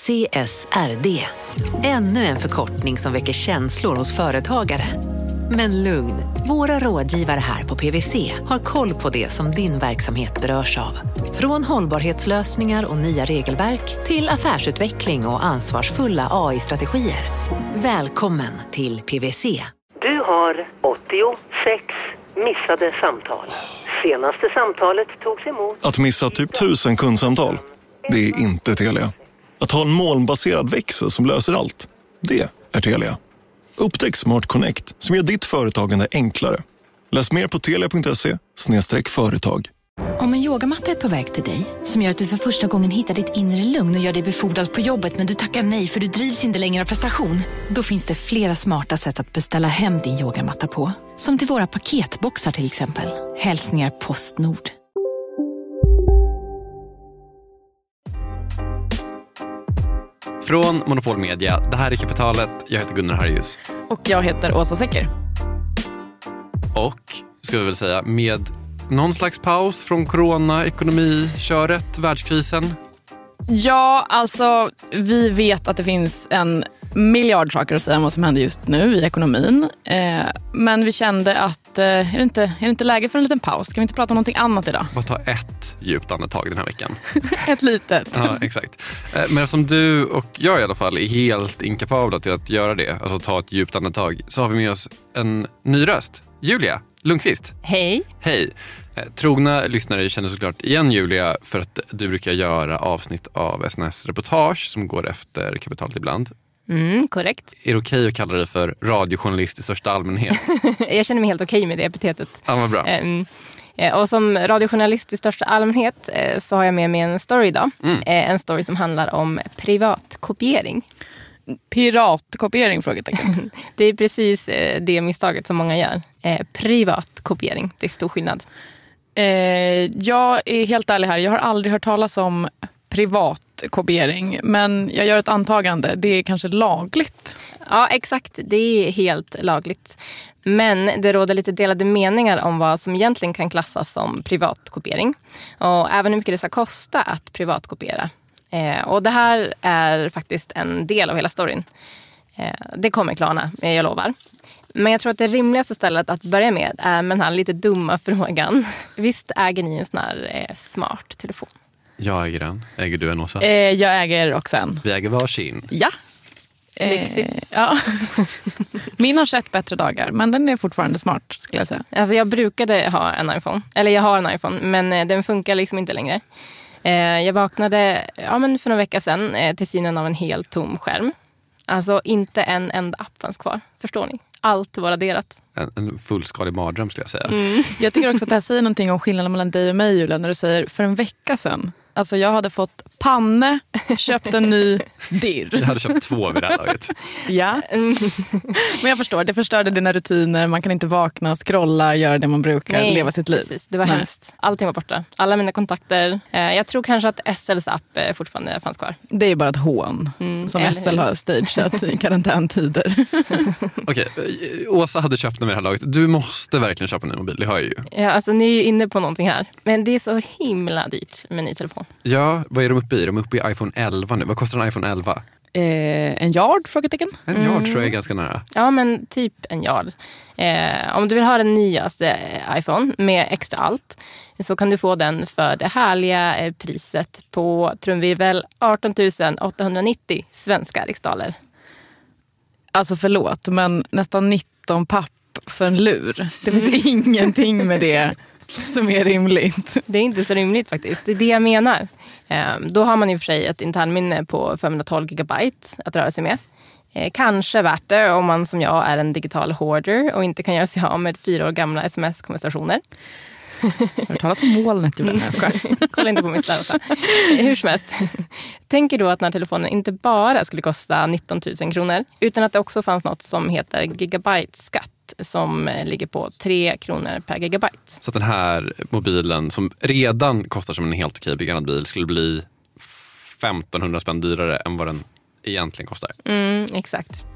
CSRD. Ännu en förkortning som väcker känslor hos företagare. Men lugn, våra rådgivare här på PwC har koll på det som din verksamhet berörs av. Från hållbarhetslösningar och nya regelverk till affärsutveckling och ansvarsfulla AI-strategier. Välkommen till PwC. Du har 86 missade samtal. Senaste samtalet togs emot. Att missa typ 1000 kundsamtal, det är inte Telia. Att ha en molnbaserad växel som löser allt, det är Telia. Upptäck Smart Connect som gör ditt företagande enklare. Läs mer på telia.se/företag. Om en yogamatta är på väg till dig, som gör att du för första gången hittar ditt inre lugn och gör dig befordrad på jobbet men du tackar nej för du drivs inte längre av prestation, då finns det flera smarta sätt att beställa hem din yogamatta på. Som till våra paketboxar till exempel. Hälsningar Postnord. Från Monopol Media, det här är Kapitalet. Jag heter Gunnar Harjus. Och jag heter Åsa Secker. Och, ska vi väl säga, med någon slags paus från corona, ekonomi, köret, världskrisen. Ja, alltså vi vet att det finns en miljard saker att säga om vad som händer just nu i ekonomin. Men vi kände att är det inte läge för en liten paus? Ska vi inte prata om någonting annat idag? Bara ta ett djupt andetag den här veckan. Ett litet. Ja, exakt. Men eftersom du och jag i alla fall är helt inkapabla till att göra det, alltså ta ett djupt andetag, så har vi med oss en ny röst. Julia Lundqvist. Hej. Hej. Trogna lyssnare känner såklart igen Julia för att du brukar göra avsnitt av SNS-reportage som går efter Kapitalet ibland. Korrekt. Är det okej att kalla dig för radiojournalist i största allmänhet? Jag känner mig helt okej med det epitetet. Ja, vad bra. Och som radiojournalist i största allmänhet så har jag med mig en story idag. En story som handlar om privatkopiering. Piratkopiering, frågetecken. Det är precis det misstaget som många gör. Privatkopiering, det är stor skillnad. Jag är helt ärlig här, jag har aldrig hört talas om privatkopiering, men jag gör ett antagande, det är kanske lagligt. Ja, exakt, det är helt lagligt. Men det råder lite delade meningar om vad som egentligen kan klassas som privatkopiering. Och även hur mycket det ska kosta att privatkopiera. Och det här är faktiskt en del av hela storyn. Det kommer klarna, jag lovar. Men jag tror att det rimligaste stället att börja med är med den här lite dumma frågan. Visst äger ni en sån här smart telefon? Jag äger den. Äger du en, Åsa? Jag äger också en. Vi äger varsin. Ja. Lyxigt. Ja. Min har sett bättre dagar, men den är fortfarande smart, skulle jag säga. Alltså jag brukade ha en iPhone. Eller jag har en iPhone, men den funkar liksom inte längre. Jag vaknade för några veckor sedan till synen av en helt tom skärm. Alltså inte en enda app fanns kvar. Förstår ni? Allt var raderat. En fullskalig mardröm, skulle jag säga. Jag tycker också att det här säger någonting om skillnaden mellan dig och mig, Julia, när du säger för en vecka sedan. Alltså jag hade fått panne, köpt en ny dirr. Jag hade köpt 2 vid det här laget. Ja, men jag förstår, det förstörde dina rutiner. Man kan inte vakna, scrolla, göra det man brukar, leva sitt liv. Precis, det var hemskt. Allting var borta. Alla mina kontakter. Jag tror kanske att SLs app fortfarande fanns kvar. Det är bara ett hån som SL har stageat i karantäntider. Okej, Åsa hade köpt den vid det här laget. Du måste verkligen köpa en ny mobil, det hör jag ju. Ja, alltså ni är ju inne på någonting här. Men det är så himla dyrt med en ny telefon. Ja, vad är de uppe i? De är uppe i iPhone 11 nu. Vad kostar en iPhone 11? En yard, frågetecken. En yard tror jag är ganska nära. Ja, men typ en yard. Om du vill ha den nyaste iPhone med extra allt så kan du få den för det härliga priset på trumvirvel 18 890 svenska riksdaler. Alltså förlåt, men nästan 19 papp för en lur. Det finns ingenting med det som är rimligt. Det är inte så rimligt faktiskt. Det är det jag menar. Då har man i och för sig ett internminne på 512 gigabyte att röra sig med. Kanske värt det om man som jag är en digital hoarder och inte kan göra sig av med 4 år gamla sms-konversationer. Har du talat om molnet? Kolla inte på min slarv. Hur som helst. Tänker då att den här telefonen inte bara skulle kosta 19 000 kronor utan att det också fanns något som heter gigabyte-skatt som ligger på 3 kronor per gigabyte. Så att den här mobilen som redan kostar som en helt okej byggande bil skulle bli 1500 spänn dyrare än vad den egentligen kostar. Exakt.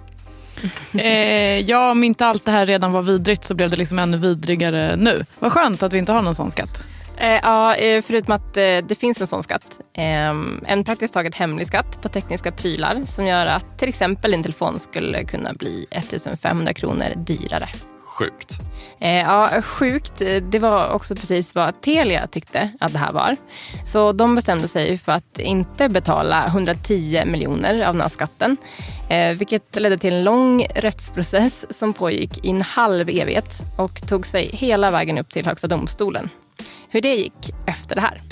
Ja, om inte allt det här redan var vidrigt så blev det liksom ännu vidrigare nu. Vad skönt att vi inte har någon sån skatt. Förutom att det finns en sån skatt. En praktiskt taget hemlig skatt på tekniska prylar som gör att till exempel din telefon skulle kunna bli 1500 kronor dyrare. Sjukt. Sjukt. Det var också precis vad Telia tyckte att det här var. Så de bestämde sig för att inte betala 110 miljoner av den här skatten. Vilket ledde till en lång rättsprocess som pågick i en halv evighet och tog sig hela vägen upp till Högsta domstolen. Hur det gick efter det här.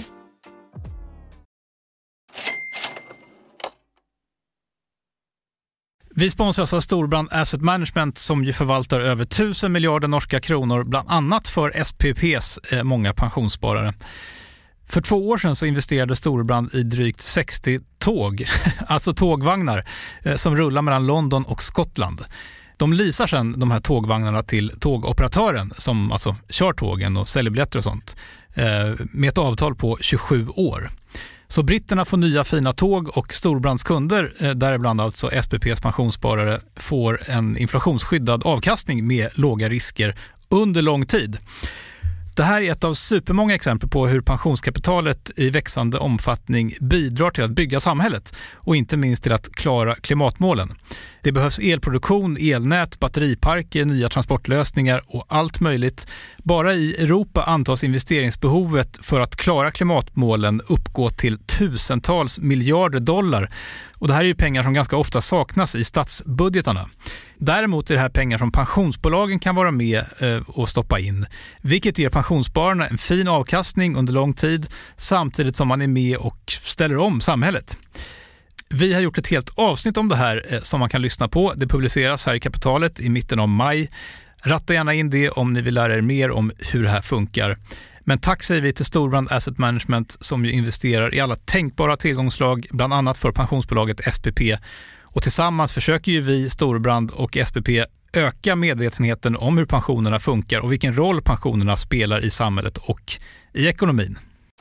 Vi sponsras av Storebrand Asset Management som ju förvaltar över 1000 miljarder norska kronor bland annat för SPPs många pensionssparare. För 2 år sedan så investerade Storebrand i drygt 60 tåg, alltså tågvagnar som rullar mellan London och Skottland. De leasar sedan de här tågvagnarna till tågoperatören som alltså kör tågen och säljer biljetter och sånt med ett avtal på 27 år. Så britterna får nya fina tåg och Storebrands kunder, däribland alltså SPPs pensionssparare, får en inflationsskyddad avkastning med låga risker under lång tid. Det här är ett av supermånga exempel på hur pensionskapitalet i växande omfattning bidrar till att bygga samhället och inte minst till att klara klimatmålen. Det behövs elproduktion, elnät, batteriparker, nya transportlösningar och allt möjligt. Bara i Europa antas investeringsbehovet för att klara klimatmålen uppgå till tusentals miljarder dollar. Och det här är ju pengar som ganska ofta saknas i statsbudgetarna. Däremot är det här pengar som pensionsbolagen kan vara med och stoppa in, vilket ger pensionsspararna en fin avkastning under lång tid samtidigt som man är med och ställer om samhället. Vi har gjort ett helt avsnitt om det här som man kan lyssna på. Det publiceras här i Kapitalet i mitten av maj. Ratta gärna in det om ni vill lära er mer om hur det här funkar. Men tack säger vi till Storebrand Asset Management som ju investerar i alla tänkbara tillgångslag, bland annat för pensionsbolaget SPP. Och tillsammans försöker ju vi, Storebrand och SPP, öka medvetenheten om hur pensionerna funkar och vilken roll pensionerna spelar i samhället och i ekonomin.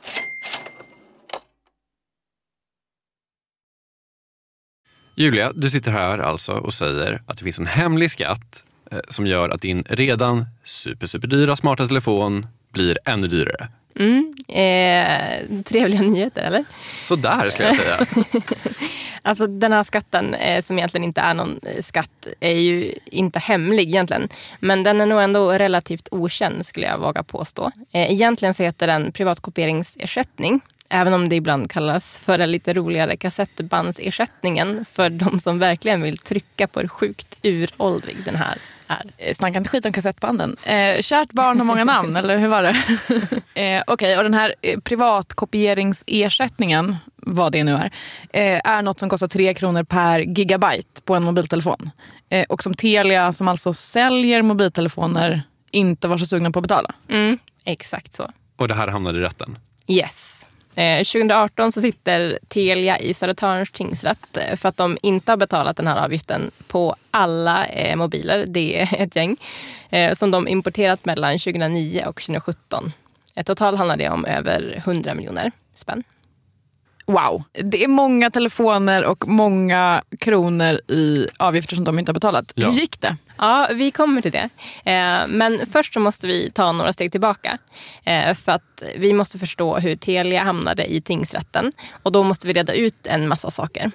Julia, du sitter här alltså och säger att det finns en hemlig skatt som gör att din redan superdyra smarta telefon blir ännu dyrare. Trevliga nyheter, eller? Så där skulle jag säga. Alltså den här skatten som egentligen inte är någon skatt är ju inte hemlig egentligen. Men den är nog ändå relativt okänd skulle jag våga påstå. Egentligen så heter den privatkopieringsersättning. Även om det ibland kallas för den lite roligare kassettbandsersättningen för de som verkligen vill trycka på hur sjukt uråldrig den här är. Snacka inte skit om kassettbanden. Kärt barn har många namn, eller hur var det? Okej, och den här privatkopieringsersättningen, vad det nu är något som kostar 3 kronor per gigabyte på en mobiltelefon. Och som Telia, som alltså säljer mobiltelefoner, inte var så sugna på att betala. Exakt så. Och det här hamnade i rätten? Yes. 2018 så sitter Telia i Södertörns tingsrätt för att de inte har betalat den här avgiften på alla mobiler. Det är ett gäng som de importerat mellan 2009 och 2017. Totalt handlar det om över 100 miljoner spänn. Wow, det är många telefoner och många kronor i avgifter som de inte har betalat. Ja. Hur gick det? Ja, vi kommer till det. Men först så måste vi ta några steg tillbaka. För att vi måste förstå hur Telia hamnade i tingsrätten. Och då måste vi reda ut en massa saker.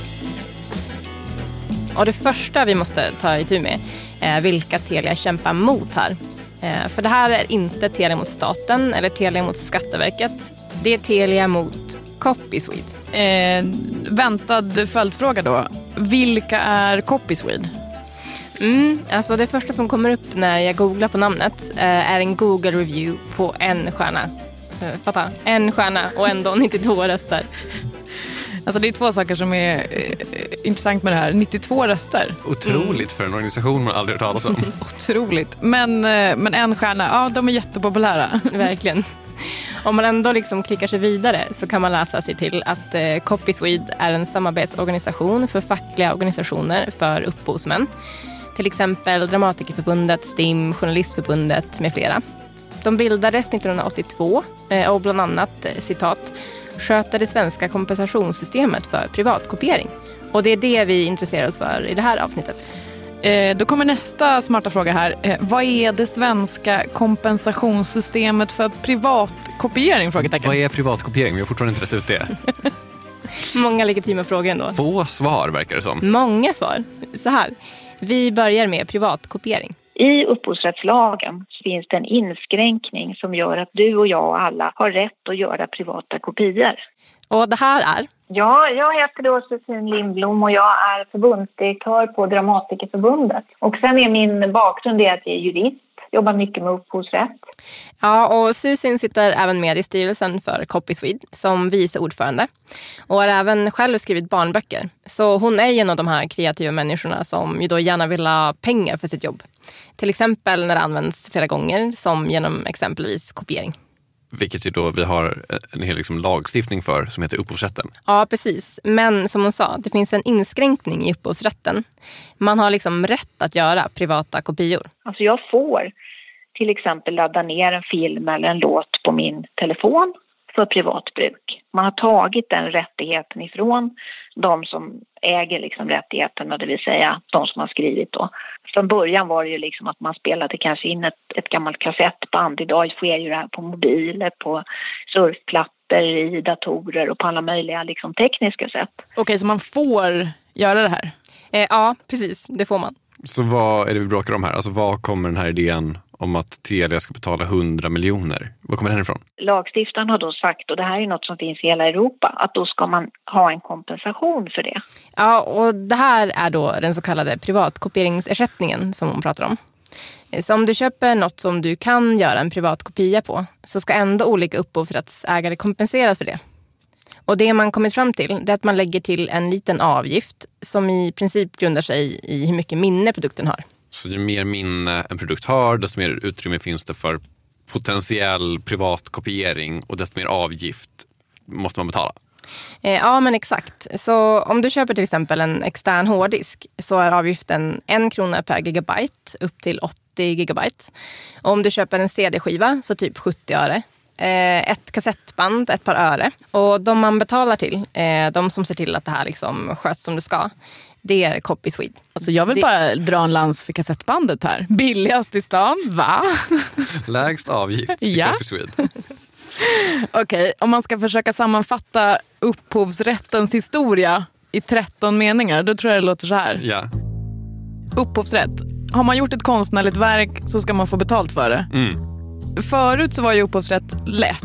Och det första vi måste ta itu med är vilka Telia kämpar mot här. För det här är inte Telia mot staten eller Telia mot Skatteverket. Det är Telia mot Copyswede. Väntad följdfråga då. Vilka är Copyswede? Alltså det första som kommer upp när jag googlar på namnet är en Google review på 1 stjärna. Fatta, 1 stjärna och ändå 92 röster. Alltså det är 2 saker som är intressant med det här. 92 röster. Otroligt för en organisation man aldrig hört talas om. Otroligt. Men 1 stjärna, ja, de är jättepopulära. Verkligen. Om man ändå liksom klickar sig vidare så kan man läsa sig till att Copyswede är en samarbetsorganisation för fackliga organisationer för upphovsmän. Till exempel Dramatikerförbundet, STIM, Journalistförbundet med flera. De bildades 1982 och bland annat, citat, sköter det svenska kompensationssystemet för privatkopiering. Och det är det vi intresserar oss för i det här avsnittet. Då kommer nästa smarta fråga här. Vad är det svenska kompensationssystemet för privatkopiering? Vad är privatkopiering? Vi har fortfarande inte rätt ut det. Många legitima frågor ändå. Få svar verkar det som. Många svar. Så här, vi börjar med privatkopiering. I upphovsrättslagen finns det en inskränkning som gör att du och jag och alla har rätt att göra privata kopior. Och det här är? Ja, jag heter då Susanne Lindblom och jag är förbundsdirektör på Dramatikerförbundet. Och sen är min bakgrund att jag är jurist, jobbar mycket med upphovsrätt. Ja, och Susanne sitter även med i styrelsen för Copy Swede som vice ordförande. Och har även själv skrivit barnböcker. Så hon är en av de här kreativa människorna som ju då gärna vill ha pengar för sitt jobb. Till exempel när det används flera gånger som genom exempelvis kopiering. Vilket ju då vi har en hel liksom lagstiftning för som heter upphovsrätten. Ja, precis. Men som hon sa, det finns en inskränkning i upphovsrätten. Man har liksom rätt att göra privata kopior. Alltså jag får till exempel ladda ner en film eller en låt på min telefon för privat bruk. Man har tagit den rättigheten ifrån de som äger liksom rättigheterna, det vill säga de som har skrivit då. Från början var det ju liksom att man spelade kanske in ett gammalt kassettband. Idag sker ju det här på mobiler, på surfplattor, i datorer och på alla möjliga liksom tekniska sätt. Okej, så man får göra det här? Ja, precis. Det får man. Så vad är det vi bråkar om här? Alltså vad kommer den här idén om att Telia ska betala 100 miljoner? Var kommer den ifrån? Lagstiftaren har då sagt, och det här är något som finns i hela Europa, att då ska man ha en kompensation för det. Ja, och det här är då den så kallade privatkopieringsersättningen som hon pratar om. Så om du köper något som du kan göra en privat kopia på så ska ändå olika upphovsrättsägare kompenseras för det. Och det man kommit fram till är att man lägger till en liten avgift som i princip grundar sig i hur mycket minne produkten har. Så ju mer minne en produkt har, desto mer utrymme finns det för potentiell privat kopiering och desto mer avgift måste man betala. Ja, men exakt. Så om du köper till exempel en extern hårddisk så är avgiften 1 krona per gigabyte upp till 80 gigabyte. Och om du köper en CD-skiva så typ 70 öre. Ett kassettband, ett par öre. Och de man betalar till, de som ser till att det här liksom sköts som det ska, det är Copy Swede. Alltså jag vill bara dra en lans för kassettbandet här. Billigast i stan, va? Lägst avgift till Copy Swede. Okej, om man ska försöka sammanfatta upphovsrättens historia i 13 meningar, då tror jag det låter så här. Ja. Upphovsrätt. Har man gjort ett konstnärligt verk så ska man få betalt för det. Förut så var ju upphovsrätt lätt.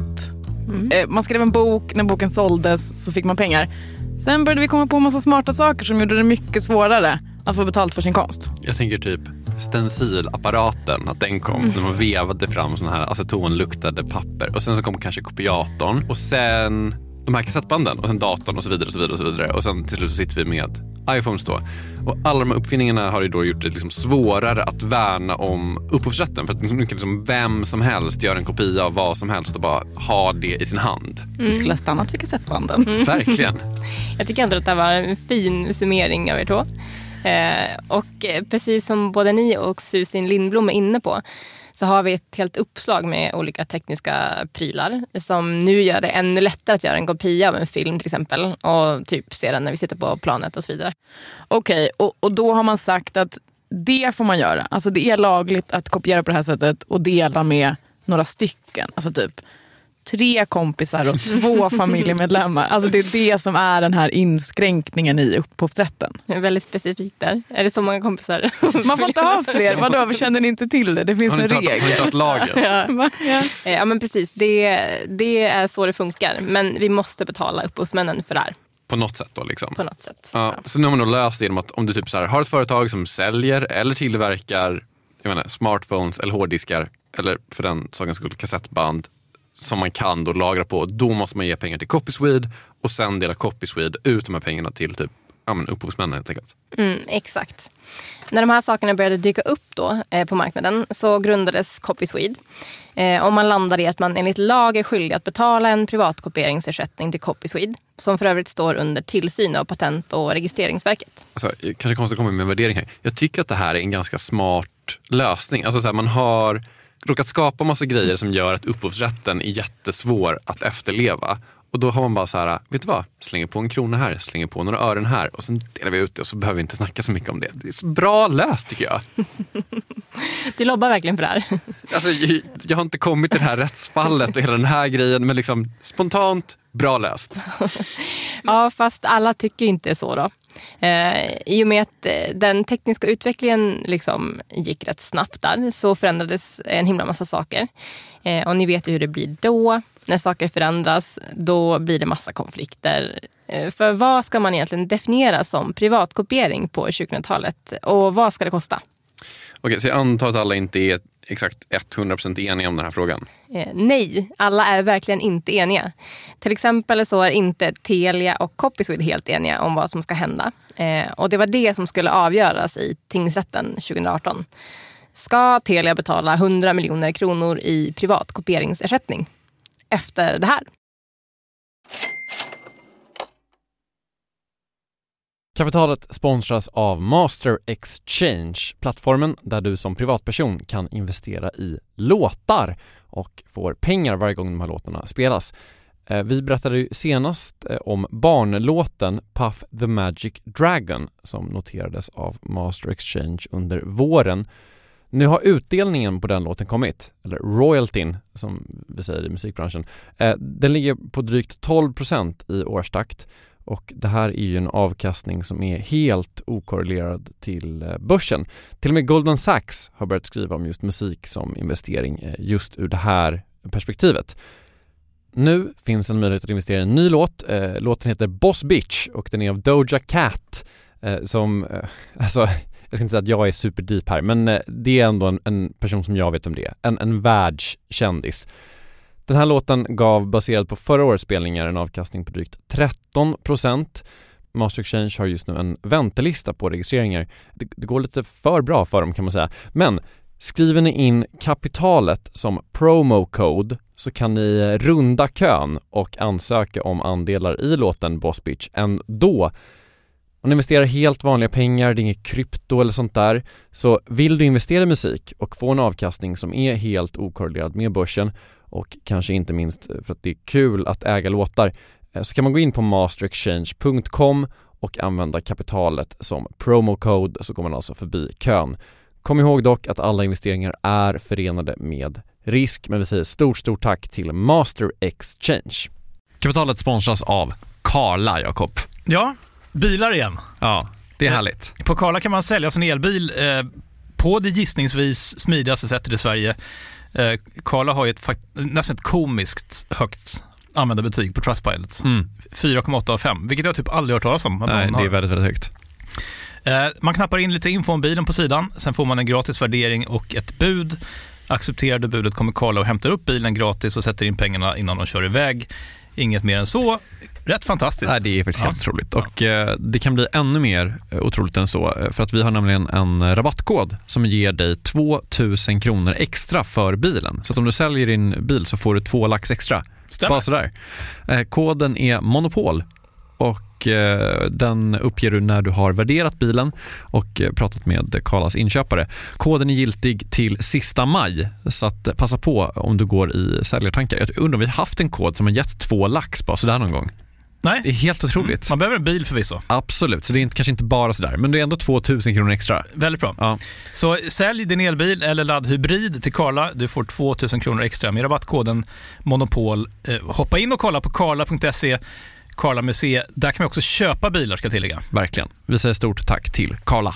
Man skrev en bok, när boken såldes så fick man pengar. Sen började vi komma på en massa smarta saker som gjorde det mycket svårare att få betalt för sin konst. Jag tänker typ stencilapparaten, att den kom när man vevade fram såna här acetonluktade papper. Och sen så kom kanske kopiatorn och sen de här kassettbanden och sen datorn och så vidare och så vidare och så vidare. Och sen till slut så sitter vi med iPhones då. Och alla de här uppfinningarna har ju då gjort det liksom svårare att värna om upphovsrätten. För att nu kan liksom vem som helst göra en kopia av vad som helst och bara ha det i sin hand. Vi skulle ha stannat vid kassettbanden. Verkligen. Jag tycker ändå att det var en fin summering av er två. Och precis som både ni och Susanne Lindblom är inne på så har vi ett helt uppslag med olika tekniska prylar som nu gör det ännu lättare att göra en kopia av en film till exempel och typ se den när vi sitter på planet och så vidare. Okej, och då har man sagt att det får man göra. Alltså det är lagligt att kopiera på det här sättet och dela med några stycken. Alltså typ 3 kompisar och 2 familjemedlemmar. Alltså det är det som är den här inskränkningen i upphovsrätten. Det är väldigt specifikt där. Är det så många kompisar? Man får inte ha fler. Vadå, känner ni inte till det? Det finns en regel. Har ni tagit lagen? Ja, men precis. Det är så det funkar. Men vi måste betala upphovsmännen för det här. På något sätt då liksom. På något sätt. Ja, så nu har man då löst det genom att om du typ så här, har ett företag som säljer eller tillverkar smartphones eller hårddiskar eller för den sakens skull kassettband som man kan då lagra på, då måste man ge pengar till Copy Swede och sen dela Copy Swede ut de här pengarna till typ upphovsmännen helt enkelt. Exakt. När de här sakerna började dyka upp då på marknaden så grundades Copy Swede. Och man landade i att man enligt lag är skyldig att betala en privatkopieringsersättning till Copy Swede som för övrigt står under tillsyn av Patent- och registreringsverket. Alltså, kanske konstigt att komma med en värdering här. Jag tycker att det här är en ganska smart lösning. Alltså så här, man har råkat skapa massa grejer som gör att upphovsrätten är jättesvår att efterleva. Och då har man bara så här, vet du vad? Slänger på en krona här, slänger på några ören här och sen delar vi ut det och så behöver vi inte snacka så mycket om det. Det är så bra löst tycker jag. Du lobbar verkligen för det här. Alltså, jag har inte kommit till det här rättsfallet och hela den här grejen, men liksom spontant bra löst. Ja, fast alla tycker inte så då. I och med att den tekniska utvecklingen liksom gick rätt snabbt där så förändrades en himla massa saker. Och ni vet ju hur det blir då. När saker förändras, då blir det massa konflikter. För vad ska man egentligen definiera som privatkopiering på 2000-talet? Och vad ska det kosta? Okej, så jag antar att alla inte är exakt 100% eniga om den här frågan. Nej, alla är verkligen inte eniga. Till exempel så är inte Telia och Copyswede helt eniga om vad som ska hända. Och det var det som skulle avgöras i tingsrätten 2018. Ska Telia betala 100 miljoner kronor i privatkopieringsersättning efter det här? Kapitalet sponsras av Master Exchange, plattformen där du som privatperson kan investera i låtar och får pengar varje gång de här låtarna spelas. Vi berättade ju senast om barnlåten Puff the Magic Dragon som noterades av Master Exchange under våren. Nu har utdelningen på den låten kommit, eller royaltyn som vi säger i musikbranschen. Den ligger på drygt 12% i årstakt. Och det här är ju en avkastning som är helt okorrelerad till börsen. Till och med Goldman Sachs har börjat skriva om just musik som investering just ur det här perspektivet. Nu finns en möjlighet att investera i en ny låt. Låten heter Boss Bitch och den är av Doja Cat som, alltså jag ska inte säga att jag är superdeep här, men det är ändå en person som jag vet om det är. En världskändis. Den här låten gav, baserad på förra årets spelningar, en avkastning på drygt 13%. Master Exchange har just nu en väntelista på registreringar. Det går lite för bra för dem kan man säga. Men skriver ni in kapitalet som promo code så kan ni runda kön och ansöka om andelar i låten Boss Bitch ändå. Om ni investerar helt vanliga pengar, det är inget krypto eller sånt där, så vill du investera i musik och få en avkastning som är helt okorrelerad med börsen och kanske inte minst för att det är kul att äga låtar, så kan man gå in på masterexchange.com och använda kapitalet som promocode, så går man alltså förbi kön. Kom ihåg dock att alla investeringar är förenade med risk, men vi säger stort tack till Master Exchange. Kapitalet sponsras av Carla, Jakob. Ja, bilar igen. Ja, det är härligt. På Carla kan man sälja sin elbil på det gissningsvis smidigaste sättet i Sverige. Carla har ju nästan ett komiskt högt användarbetyg på Trustpilot. 4,8 av 5, vilket jag typ aldrig hört talas om. Nej, det är väldigt, väldigt högt. Man knappar in lite info om bilen på sidan. Sen får man en gratis värdering och ett bud. Accepterade budet kommer Carla och hämtar upp bilen gratis och sätter in pengarna innan de kör iväg. Inget mer än så. Rätt fantastiskt. Nej, det är faktiskt helt otroligt. Och det kan bli ännu mer otroligt än så. För att vi har nämligen en rabattkod som ger dig 2000 kronor extra för bilen. Så att om du säljer din bil så får du 2 lax extra. Stämmer. Bara sådär. Koden är Monopol. Och den uppger du när du har värderat bilen och pratat med Carlas inköpare. Koden är giltig till sista maj, så att passa på om du går i säljartankar. Jag undrar om vi har haft en kod som har gett 2 lax bara sådär någon gång. Nej. Det är helt otroligt. Man behöver en bil förvisso. Absolut, så det är kanske inte bara sådär, men det är ändå 2000 kronor extra. Väldigt bra. Ja. Så sälj din elbil eller laddhybrid till Carla. Du får 2000 kronor extra med rabattkoden Monopol. Hoppa in och kolla på carla.se. Carla Museet. Där kan vi också köpa bilar, ska tillägga. Verkligen. Vi säger stort tack till Carla.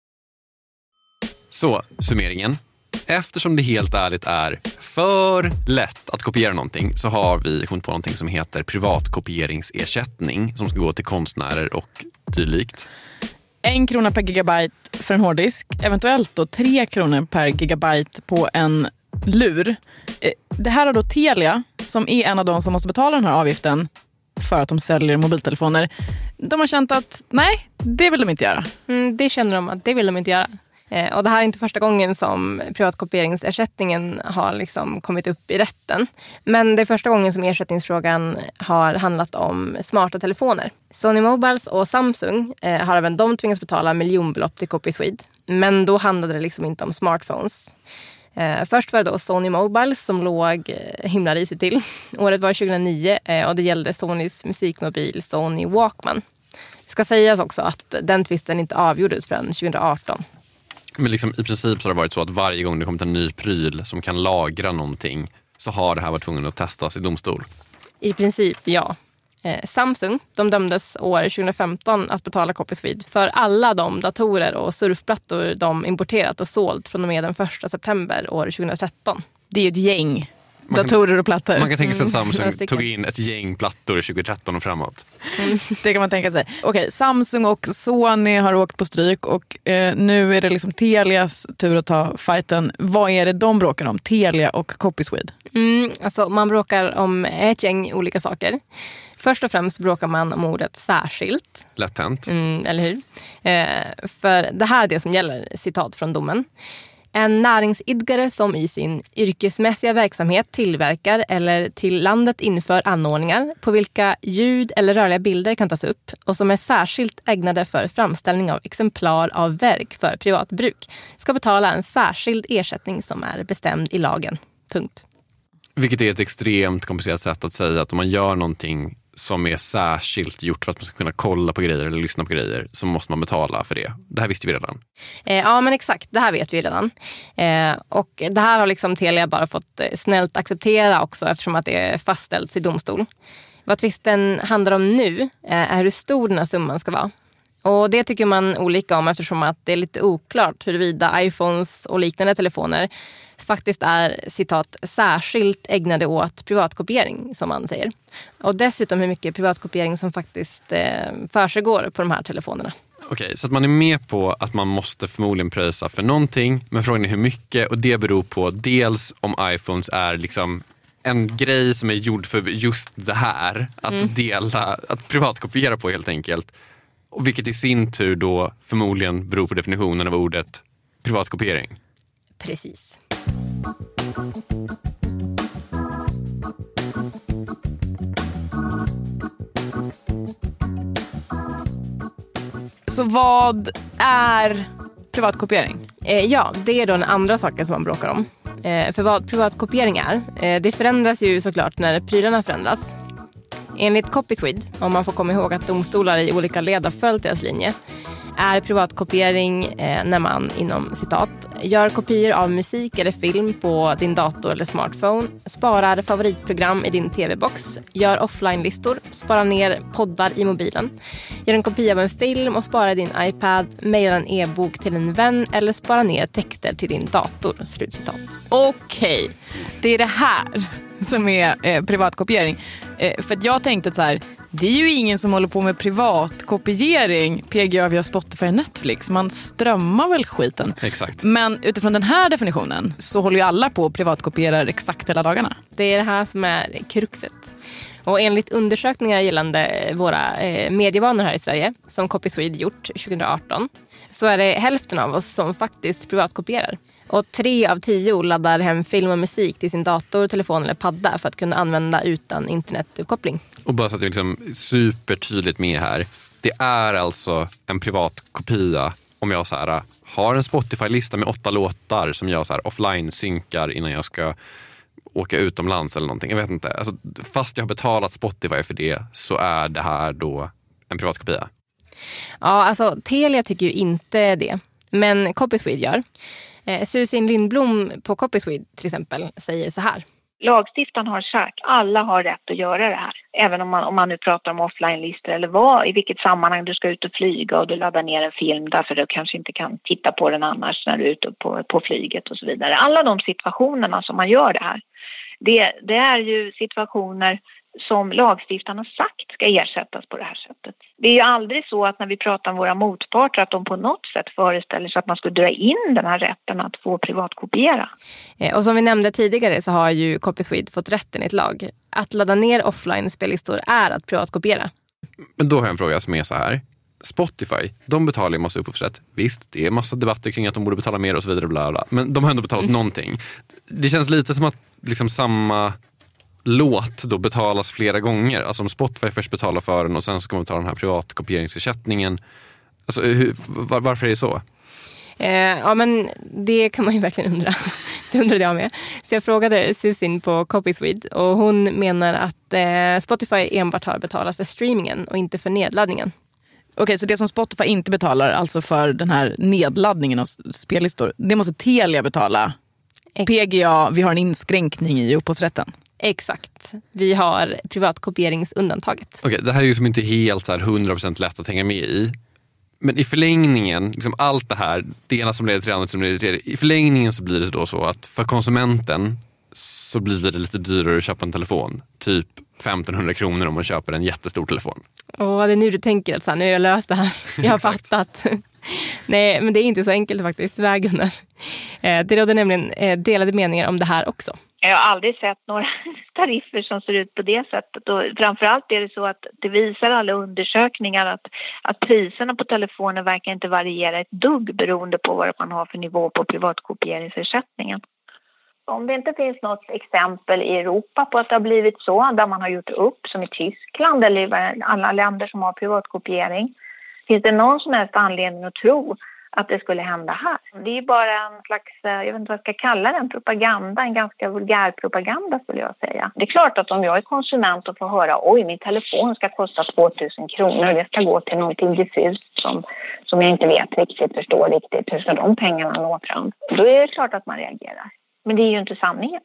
Så, summeringen. Eftersom det helt ärligt är för lätt att kopiera någonting så har vi kommit på någonting som heter privatkopieringsersättning som ska gå till konstnärer och dylikt. 1 krona per gigabyte för en hårddisk, eventuellt då 3 kronor per gigabyte på en lur. Det här är då Telia, som är en av de som måste betala den här avgiften för att de säljer mobiltelefoner. De har känt att nej, det vill de inte göra. Det känner de att det vill de inte göra. Och det här är inte första gången som privatkopieringsersättningen har liksom kommit upp i rätten. Men det är första gången som ersättningsfrågan har handlat om smarta telefoner. Sony Mobiles och Samsung har även de tvingats betala miljonbelopp till Copyswede. Men då handlade det liksom inte om smartphones. Först var det då Sony Mobile som låg himla risigt till. Året var 2009 och det gällde Sonys musikmobil Sony Walkman. Det ska sägas också att den tvisten inte avgjordes förrän 2018. Men liksom, i princip så har det varit så att varje gång det kommit en ny pryl som kan lagra någonting så har det här varit tvungen att testas i domstol. I princip, ja. Samsung, de dömdes år 2015 att betala Copyswede för alla de datorer och surfplattor de importerat och sålt från och med den 1 september år 2013. Det är ju ett gäng datorer och plattor. Man kan tänka sig att Samsung tog in ett gäng plattor 2013 och framåt. Det kan man tänka sig. Okej, Samsung och Sony har åkt på stryk och nu är det liksom Telias tur att ta fighten. Vad är det de bråkar om? Telia och Copyswede? Alltså man bråkar om ett gäng olika saker. Först och främst bråkar man om ordet särskilt. Lätt hänt. Eller hur? För det här är det som gäller, citat från domen. En näringsidkare som i sin yrkesmässiga verksamhet tillverkar eller till landet inför anordningar på vilka ljud eller rörliga bilder kan tas upp och som är särskilt ägnade för framställning av exemplar av verk för privat bruk ska betala en särskild ersättning som är bestämd i lagen. Punkt. Vilket är ett extremt komplicerat sätt att säga att om man gör någonting som är särskilt gjort för att man ska kunna kolla på grejer eller lyssna på grejer så måste man betala för det. Det här visste vi redan. Ja men exakt, det här vet vi redan. Och det här har liksom Telia bara fått snällt acceptera också eftersom att det är fastställts i domstol. Vad tvisten handlar om nu är hur stor den här summan ska vara. Och det tycker man olika om eftersom att det är lite oklart huruvida iPhones och liknande telefoner faktiskt är, citat, särskilt ägnade åt privatkopiering, som man säger. Och dessutom hur mycket privatkopiering som faktiskt försiggår på de här telefonerna. Okej, så att man är med på att man måste förmodligen pröjsa för någonting, men frågan är hur mycket, och det beror på dels om iPhones är liksom en grej som är gjord för just det här, att dela, att privatkopiera på helt enkelt. Och vilket i sin tur då förmodligen beror på definitionen av ordet privatkopiering. Precis. Så vad är privatkopiering? Ja, det är då den andra saken som man bråkar om. För vad privatkopiering är, det förändras ju såklart när prylarna förändras. Enligt Copyswede, om man får komma ihåg att domstolar i olika led har följt deras linje, är privatkopiering när man inom citat gör kopior av musik eller film på din dator eller smartphone, sparar favoritprogram i din tv-box, gör offline-listor, sparar ner poddar i mobilen, gör en kopia av en film och sparar din iPad, mejlar en e-bok till en vän eller sparar ner texter till din dator. Slutcitat. Okej, det är det här som är privatkopiering. För att jag tänkte att så här, det är ju ingen som håller på med privatkopiering PGA via Spotify och Netflix. Man strömmar väl skiten. Exakt. Men utifrån den här definitionen så håller ju alla på att privatkopiera exakt hela dagarna. Det är det här som är kruxet. Och enligt undersökningar gällande våra medievanor här i Sverige, som Copyswede gjort 2018, så är det hälften av oss som faktiskt privatkopierar. Och 3 av 10 laddar hem film och musik till sin dator, telefon eller padda för att kunna använda utan internetuppkoppling. Och bara så att det är liksom supertydligt med här. Det är alltså en privat kopia om jag så här, har en Spotify-lista med 8 låtar som jag så här, offline-synkar innan jag ska åka utomlands eller någonting. Jag vet inte. Alltså, fast jag har betalat Spotify för det så är det här då en privat kopia. Ja, alltså Telia tycker ju inte det. Men Copyswede gör. Susin Lindblom på Copyswede till exempel säger så här. Lagstiftaren har sagt alla har rätt att göra det här. Även om man nu pratar om offline-listor eller i vilket sammanhang du ska ut och flyga och du laddar ner en film därför du kanske inte kan titta på den annars när du är ute på flyget och så vidare. Alla de situationerna som man gör det här, det är ju situationer som lagstiftarna sagt ska ersättas på det här sättet. Det är ju aldrig så att när vi pratar om våra motparter att de på något sätt föreställer sig att man skulle dra in den här rätten att få privatkopiera. Och som vi nämnde tidigare så har ju Copyswede fått rätten i ett lag. Att ladda ner offline-spellistor är att privatkopiera. Men då har jag en fråga som är så här. Spotify, de betalar ju massa upphovsrätt. Visst, det är massa debatter kring att de borde betala mer och så vidare. Bla bla. Men de har ändå betalat någonting. Det känns lite som att liksom samma låt då betalas flera gånger. Alltså om Spotify först betalar för den och sen ska man betala den här privatkopieringsersättningen. Alltså, varför är det så? Ja, men det kan man ju verkligen undra. Det undrade jag med. Så jag frågade Susin på Copyswede och hon menar att Spotify enbart har betalat för streamingen och inte för nedladdningen. Okej, så det som Spotify inte betalar, alltså för den här nedladdningen av spellistor, det måste Telia betala. PGA, vi har en inskränkning i upphovsrätten. Exakt. Vi har privatkopieringsundantaget. Okej, det här är ju som inte helt så här 100% lätt att hänga med i. Men i förlängningen, liksom allt det här, det ena som leder till det andra som leder till det. I förlängningen så blir det då så att för konsumenten så blir det lite dyrare att köpa en telefon. Typ 1500 kronor om man köper en jättestor telefon. Det är nu du tänker att så här, nu har jag löst det här. Jag har fattat. Nej, men det är inte så enkelt faktiskt. Vägunnar. Det råder nämligen delade meningar om det här också. Jag har aldrig sett några tariffer som ser ut på det sättet. Och framförallt är det så att det visar alla undersökningar att priserna på telefoner verkar inte variera ett dugg beroende på vad man har för nivå på privatkopieringsersättningen. Om det inte finns något exempel i Europa på att det har blivit så, där man har gjort upp som i Tyskland eller i alla länder som har privatkopiering, finns det någon som helst anledning att tro att det skulle hända här. Det är bara en slags, jag vet inte vad jag ska kalla det, en propaganda, en ganska vulgär propaganda skulle jag säga. Det är klart att om jag är konsument och får höra, oj, min telefon ska kosta 2000 kronor och det ska gå till någonting diffust som jag inte vet riktigt, förstår riktigt, hur ska de pengarna nå fram? Då är det klart att man reagerar. Men det är ju inte sanningen.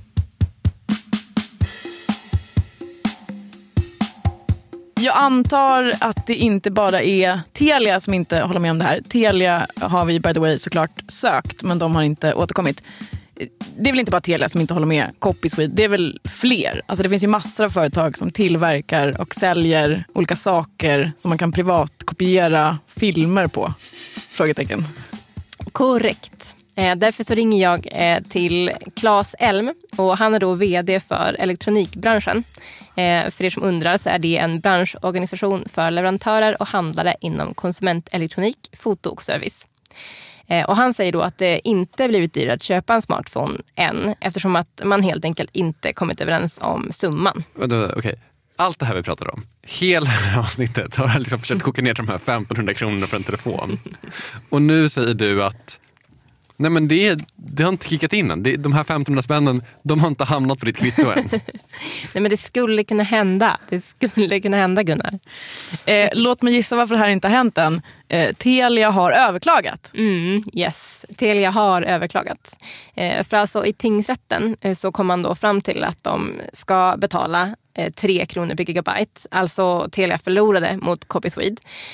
Jag antar att det inte bara är Telia som inte håller med om det här. Telia har vi by the way såklart sökt, men de har inte återkommit. Det är väl inte bara Telia som inte håller med Copyswede, det är väl fler. Alltså det finns ju massor av företag som tillverkar och säljer olika saker som man kan privatkopiera filmer på. Frågetecken. Korrekt. Därför så ringer jag till Claes Elm och han är då vd för elektronikbranschen. För er som undrar så är det en branschorganisation för leverantörer och handlare inom konsumentelektronik, foto och service. Och han säger då att det inte blivit dyrare att köpa en smartphone än, eftersom att man helt enkelt inte kommit överens om summan. Okej. Allt det här vi pratar om, hela det här avsnittet har jag liksom försökt koka ner till de här 1500 kronorna för en telefon. Och nu säger du att nej, men det har inte kickat in än. De här 1500 spännen, de har inte hamnat på ditt kvitto än. Nej, men det skulle kunna hända. Det skulle kunna hända, Gunnar. Låt mig gissa varför det här inte har hänt än. Telia har överklagat. Yes, Telia har överklagat. För alltså i tingsrätten så kom man då fram till att de ska betala 3 kronor per gigabyte. Alltså Telia förlorade mot Copyswede.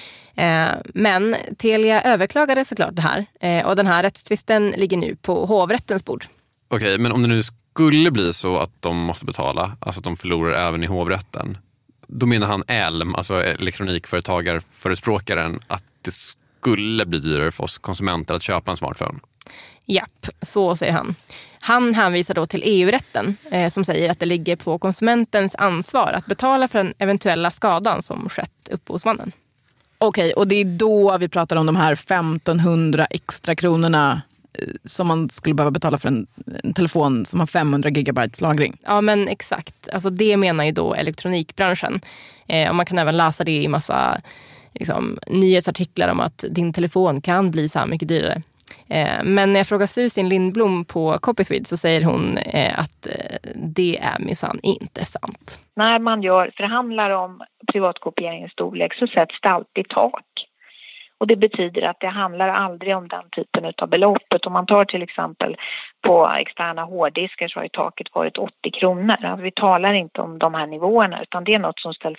Men Telia överklagade såklart det här och den här rättstvisten ligger nu på hovrättens bord. Okej, men om det nu skulle bli så att de måste betala, alltså att de förlorar även i hovrätten, då menar han Elm, alltså elektronikföretagarförespråkaren, att det skulle bli dyrare för oss konsumenter att köpa en smartphone. Japp, så säger han. Han hänvisar då till EU-rätten som säger att det ligger på konsumentens ansvar att betala för den eventuella skadan som skett upphovsmannen. Okej, och det är då vi pratar om de här 1500 extra kronorna som man skulle behöva betala för en telefon som har 500 gigabytes lagring. Ja, men exakt. Alltså det menar ju då elektronikbranschen. Och man kan även läsa det i massa nyhetsartiklar om att din telefon kan bli så här mycket dyrare. Men när jag frågar Susin Lindblom på Copyswede så säger hon att det är minsann inte sant. När man förhandlar om privatkopieringens storlek så sätts det alltid tak. Och det betyder att det handlar aldrig om den typen av beloppet. Om man tar till exempel på externa hårddiskar så har ju taket varit 80 kronor. Alltså vi talar inte om de här nivåerna utan det är något som ställs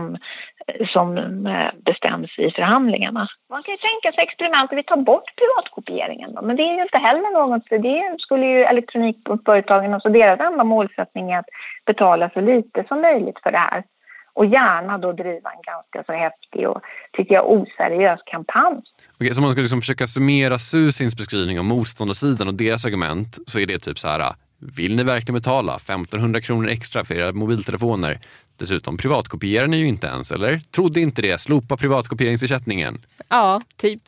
som bestäms i förhandlingarna. Man kan ju tänka sig experiment att vi tar bort privatkopieringen då. Men det är ju inte heller något, det skulle ju elektronikföretagen och så deras enda målsättning är att betala så lite som möjligt för det här. Och gärna då driva en ganska så häftig och, tycker jag, oseriös kampanj. Okej, så man ska försöka summera Susins beskrivning av motståndarsidan och deras argument, så är det typ så här: vill ni verkligen betala 1500 kronor extra för era mobiltelefoner? Dessutom privatkopierar ni ju inte ens, eller? Trodde inte det? Slopa privatkopieringsersättningen. Ja, typ.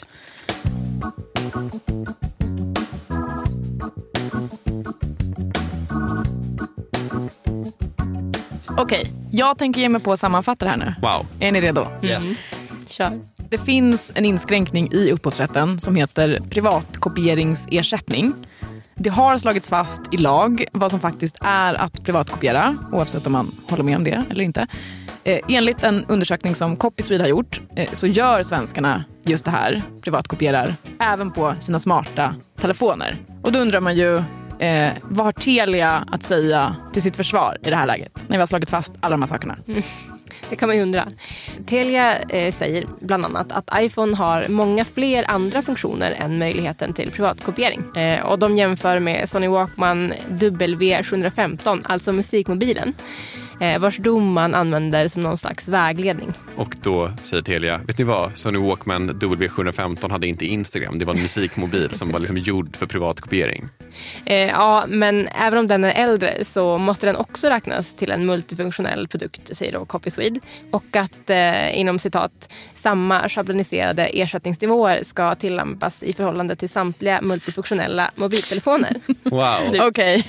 Okej, jag tänker ge mig på att sammanfatta det här nu. Wow. Är ni redo? Yes. Kör. Det finns en inskränkning i upphovsrätten som heter privatkopieringsersättning. Det har slagits fast i lag vad som faktiskt är att privatkopiera, oavsett om man håller med om det eller inte. Enligt en undersökning som Copyswede har gjort så gör svenskarna just det här, privatkopierar, även på sina smarta telefoner. Och då undrar man ju, vad har Telia att säga till sitt försvar i det här läget, när vi har slagit fast alla de här sakerna? Det kan man ju undra. Telia säger bland annat att iPhone har många fler andra funktioner än möjligheten till privatkopiering. Och de jämför med Sony Walkman W715, alltså musikmobilen, vars dom man använder som någon slags vägledning. Och då säger Telia, vet ni vad? Sony Walkman W715 hade inte Instagram. Det var en musikmobil som var liksom gjord för privatkopiering. Ja, men även om den är äldre så måste den också räknas till en multifunktionell produkt, säger då Copyswede. Och att inom citat, samma schabloniserade ersättningsnivåer ska tillämpas i förhållande till samtliga multifunktionella mobiltelefoner. Wow.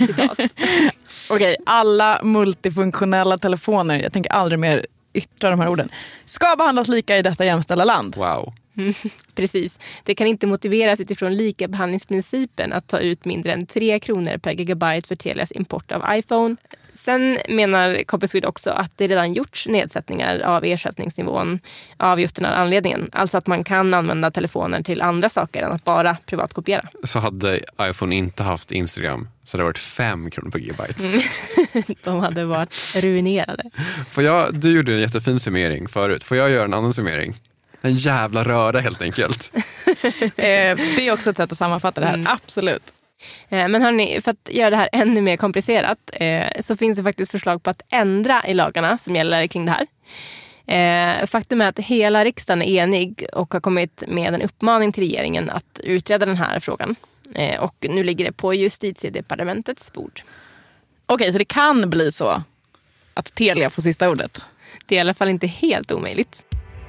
Okej, alla multifunktionella telefoner, jag tänker aldrig mer yttra de här orden, ska behandlas lika i detta jämställda land. Wow. Precis. Det kan inte motiveras utifrån lika behandlingsprincipen att ta ut mindre än 3 kronor per gigabyte för Telias import av iPhone. Sen menar Copyswede också att det redan gjorts nedsättningar av ersättningsnivån av just den här anledningen. Alltså att man kan använda telefoner till andra saker än att bara privatkopiera. Så hade iPhone inte haft Instagram så hade det varit 5 kronor per gigabyte. De hade varit ruinerade. Du gjorde en jättefin summering förut. Får jag göra en annan summering? En jävla röra helt enkelt. Det är också ett sätt att sammanfatta det här, absolut. Men hörni, för att göra det här ännu mer komplicerat så finns det faktiskt förslag på att ändra i lagarna som gäller kring det här. Faktum är att hela riksdagen är enig och har kommit med en uppmaning till regeringen att utreda den här frågan. Och nu ligger det på Justitiedepartementets bord. Okej, så det kan bli så att Telia får sista ordet? Det är i alla fall inte helt omöjligt.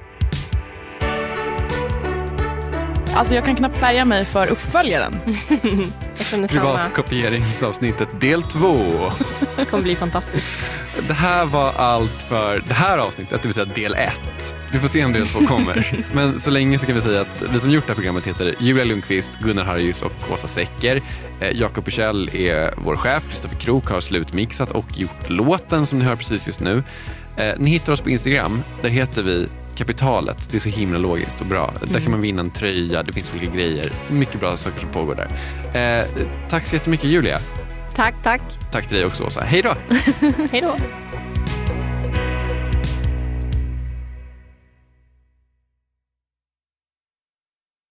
Alltså jag kan knappt bärga mig för uppföljaren. Privatkopieringsavsnittet del 2. Det kommer bli fantastiskt. Det här var allt för det här avsnittet, det vill säga del 1. Vi får se om del 2 kommer. Men så länge så kan vi säga att vi som gjort det här programmet heter Julia Lundqvist, Gunnar Harjus och Åsa Secker. Jakob Bursell är vår chef. Kristoffer Krook har slutmixat och gjort låten som ni hör precis just nu. Ni hittar oss på Instagram. Där heter vi Kapitalet. Det är så himla logiskt och bra. Där kan man vinna en tröja. Det finns olika grejer. Mycket bra saker som pågår där. Tack så jättemycket, Julia. Tack. Tack till dig också, Åsa. Hej då! Hej då!